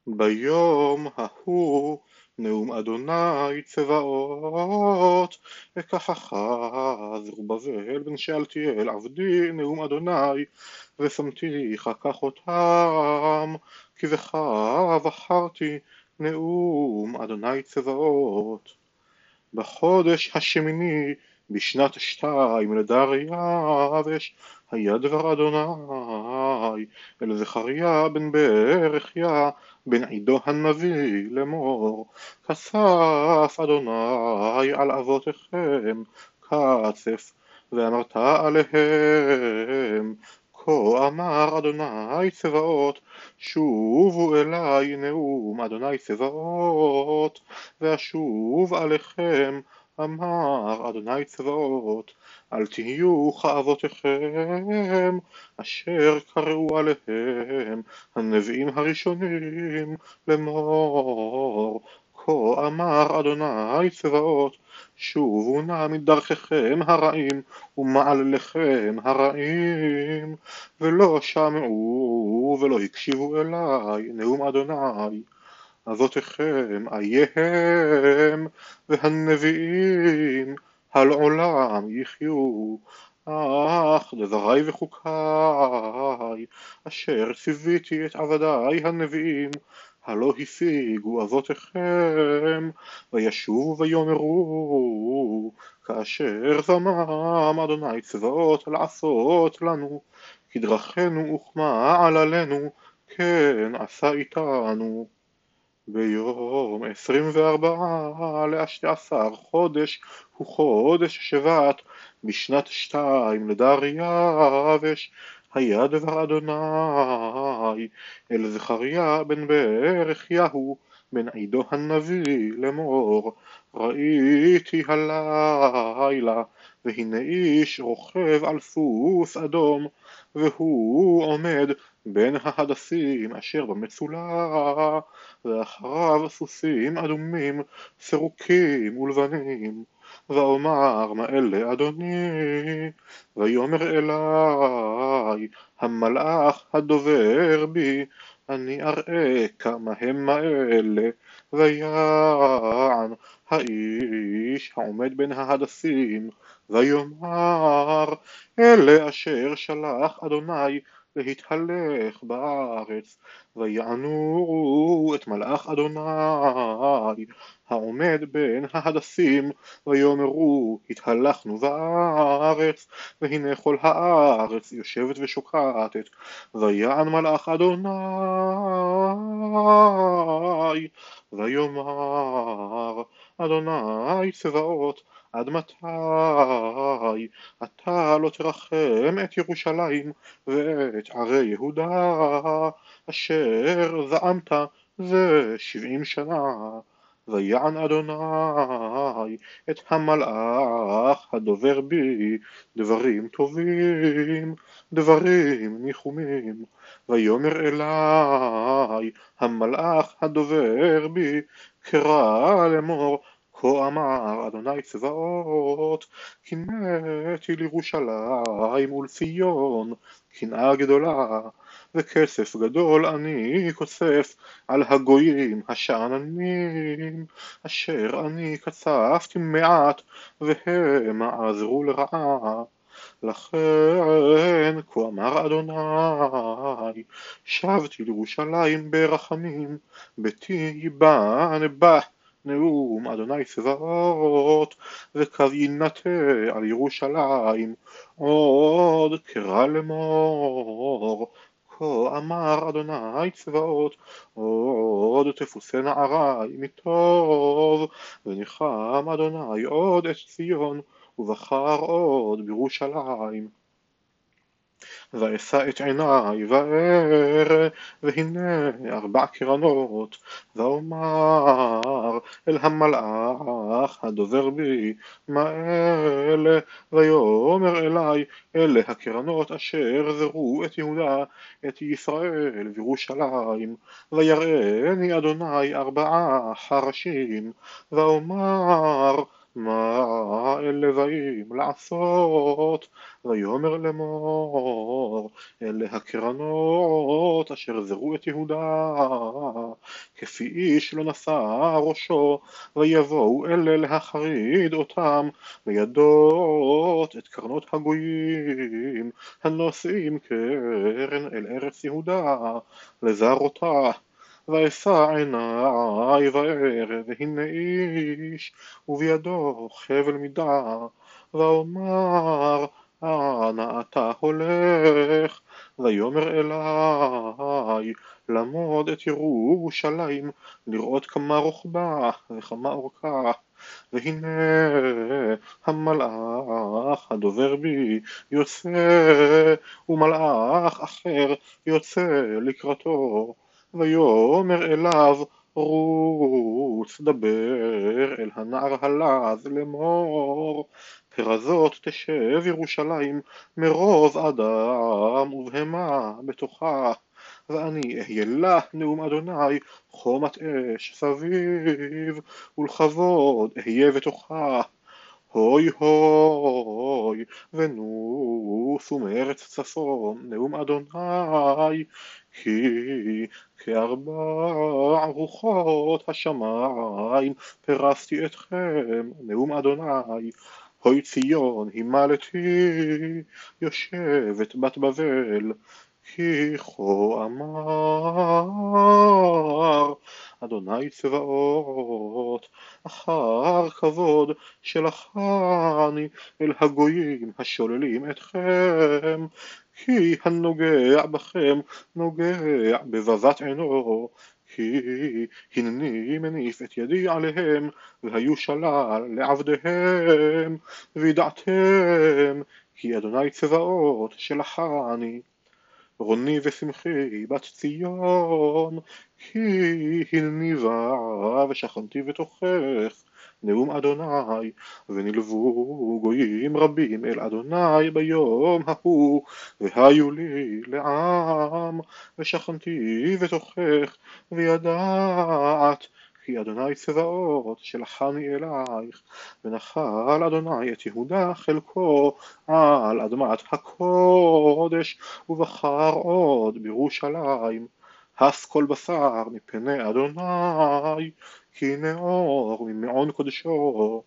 ביום ההוא נאום אדוני צבאות, וכך זרובבל בן שאלתיאל עבדי נאום אדוני, ושמתיך כך אותם, כי בך בחרתי נאום אדוני צבאות. בחודש השמיני בשנת 2 לדריווש היה דבר אדוני אל זכריה בן ברכיה בן עידו הנביא לאמור, כסף אדוני על אבותיכם כסף ואמרת עליהם, כה אמר אדוני צבאות, שובו אלי נאום אדוני צבאות, ואשוב עליכם, אמר אדוני צבאות, אל תהיו כאבותיכם, אשר קראו עליהם הנביאים הראשונים לאמור, כה אמר אדוני צבאות, שובו נא מדרכיכם הרעים ומעלליכם הרעים, ולא שמעו ולא הקשיבו אלי נאום אדוני אבותיכם אייהם, והנביאים הלעולם יחיו, אך דברי וחוקיי אשר ציוויתי את עבדי הנביאים הלא השיגו אבותיכם, וישובו ויאמרו כאשר זמם אדוני צבאות לעשות לנו, כדרכנו וכמעללינו כן עשה איתנו. ביום 24 ל-12 חודש הוא חודש שבט בשנת 2 לדריווש היה דבר אדוני אל זכריה בן ברכיהו בן עידו הנביא לאמור, ראיתי הלילה והנה איש רוכב על סוס אדום, והוא עומד בין ההדסים אשר במצולה, ואחריו סוסים אדומים סרוקים ולבנים. ואומר מה אלה אדוני, ויאמר אלי המלאך הדובר בי, אני אראה כמה הם אלה. ויען האיש העומד בין ההדסים ויאמר, אלה אשר שלח אדוני להתהלך בארץ. ויענו את מלאך אדוני העומד בין ההדסים ויאמרו, התהלכנו בארץ, והנה כל הארץ יושבת ושוקעת. ויען מלאך אדוני ויאמר אדוני צבאות, עד מתי אתה לא תרחם את ירושלים ואת ערי יהודה אשר זעמת זה 70 שנה? ויען אדוני את המלאך הדובר בי דברים טובים, דברים ניחומים. ויאמר אלי המלאך הדובר בי, קרא לאמור, כה אמר אדוני צבאות, קינאתי לירושלים ולציון קנאה גדולה, וכסף גדול אני כוסף על הגויים השאננים, אשר אני כספתי מעט והם עזרו לרעה. לכן כה אמר אדוני, שבתי לירושלים ברחמים, ביתי ייבן בה נאום אדוני צבאות, וקו יינטה על ירושלים עוד קרא לאמור, כה אמר אדוני צבאות, עוד תפוסה נערי מטוב, וניחם אדוני עוד את ציון, ובחר עוד בירושלים. ואשא את עיני וארא, והנה 4 קרנות, ואומר אל המלאך הדובר בי, מה אלה? ויאמר אלי, אלה הקרנות אשר זרו את יהודה, את ישראל וירושלים. ויראני אדוני 4 חרשים, ואומר מה אלה באים לעשות? ויאמר לאמור, אלה הקרנות אשר זרו את יהודה, כפי איש לא נשא ראשו, ויבואו אלה להחריד אותם, לידות את קרנות הגויים, הנושאים קרן אל ארץ יהודה, לזר אותה. ואשא עיניי וארא, והנה איש, ובידו חבל מידה, ואומר, אנה אתה הולך? ויאמר אלי, למוד את ירושלים, לראות כמה רוחבה וכמה אורכה. והנה המלאך הדובר בי יוצא, ומלאך אחר יוצא לקראתו, ויאמר אליו, רוץ דבר אל הנער הלז לאמור, פרזות תשב ירושלים מרוב אדם ובהמה בתוכה, ואני אהיה לה נאום אדוני חומת אש סביב, ולכבוד אהיה בתוכה. הוי הוי ונוסו מארץ צפון נאום אדוני, כי כארבע רוחות השמיים פרסתי אתכם נאום אדוני. הוי ציון הימלתי יושבת בת בבל, כי כה אמר אדוני צבאות, אחר כבוד שלחני אל הגויים השוללים אתכם, כי הנוגע בכם נוגע בבבת עינו, כי הנני מניף את ידי עליהם, והיו שלל לעבדיהם, וידעתם כי אדוני צבאות שלחני. רוני ושמחי בת ציון, כי הנני בא ושכנתי בתוכך נאום אדוני, ונלוו גויים רבים אל אדוני ביום ההוא, והיו לי לעם, ושכנתי בתוכך, וידעת כי אדוני צבאות שלחני אלייך. ונחל אדוני את יהודה חלקו על אדמת הקודש, ובחר עוד בירושלים. הס כל בשר מפני אדוני, כי נאור ממעון קודשו.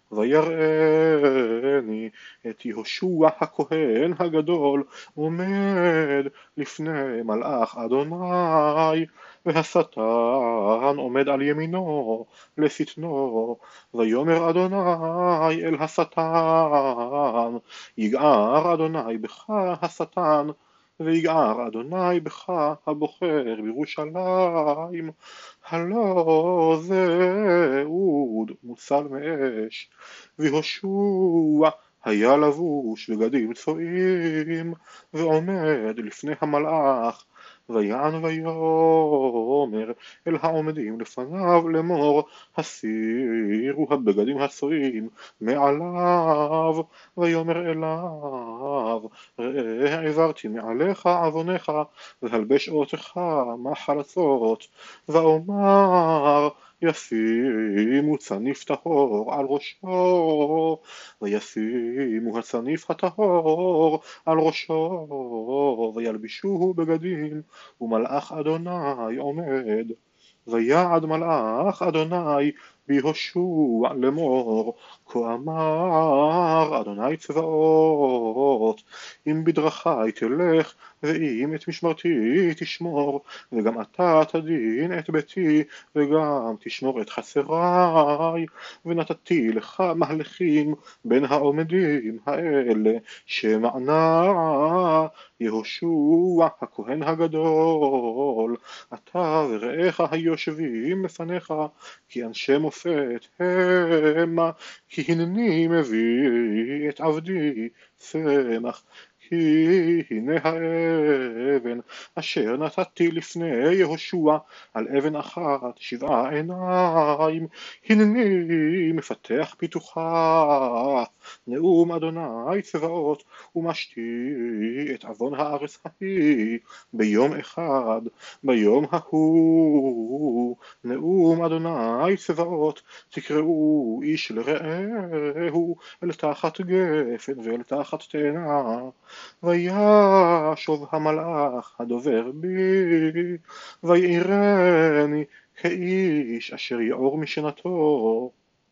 ויראני את יהושע הכהן הגדול עומד לפני מלאך אדוני, והשטן עומד על ימינו לשטנו. ויאמר אדוני אל השטן, יגער אדוני בך השטן, ויגער אדוני בך הבוחר בירושלים. הלא זה אוד מוצל מאש, ויהושע היה לבוש בגדים צועים, ועומד לפני המלאך. ויען ויאמר אל העומדים לפניו לאמור, הסירו הבגדים הצועים מעליו. ויאמר אליו, ראה העברתי מעליך עוונך, והלבש אותך מחלצות. ואומר, ישימו צניף טהור על ראשו, וישימו הצניף הטהור על ראשו, וילבישוהו בגדים, ומלאך אדוני עומד. ויעד מלאך אדוני ביהושע לאמור, כה אמר אדוני צבאות, אם בדרכי תלך, ואם את משמרתי תשמור, וגם אתה תדין את ביתי, וגם תשמור את חצריי, ונתתי לך מהלכים בין העומדים האלה, שמענה יהושע הכהן הגדול, אתה ורעך היושבים לפניך, כי אנשי מופת המה, כי הנני מביא את עבדי צמח, כי הנה האבן אשר נתתי לפני יהושע על אבן אחת 7 עיניים, הנני מפתח פיתוחה, נאום אדוני צבאות, ומשתי את עוון הארץ ההיא ביום אחד, ביום ההוא, נאום אדוני צבאות, תקראו איש לרעהו אל תחת גפן ואל תחת תאנה, וישוב המלאך הדובר בי, ויעירני כאיש אשר יעור משנתו.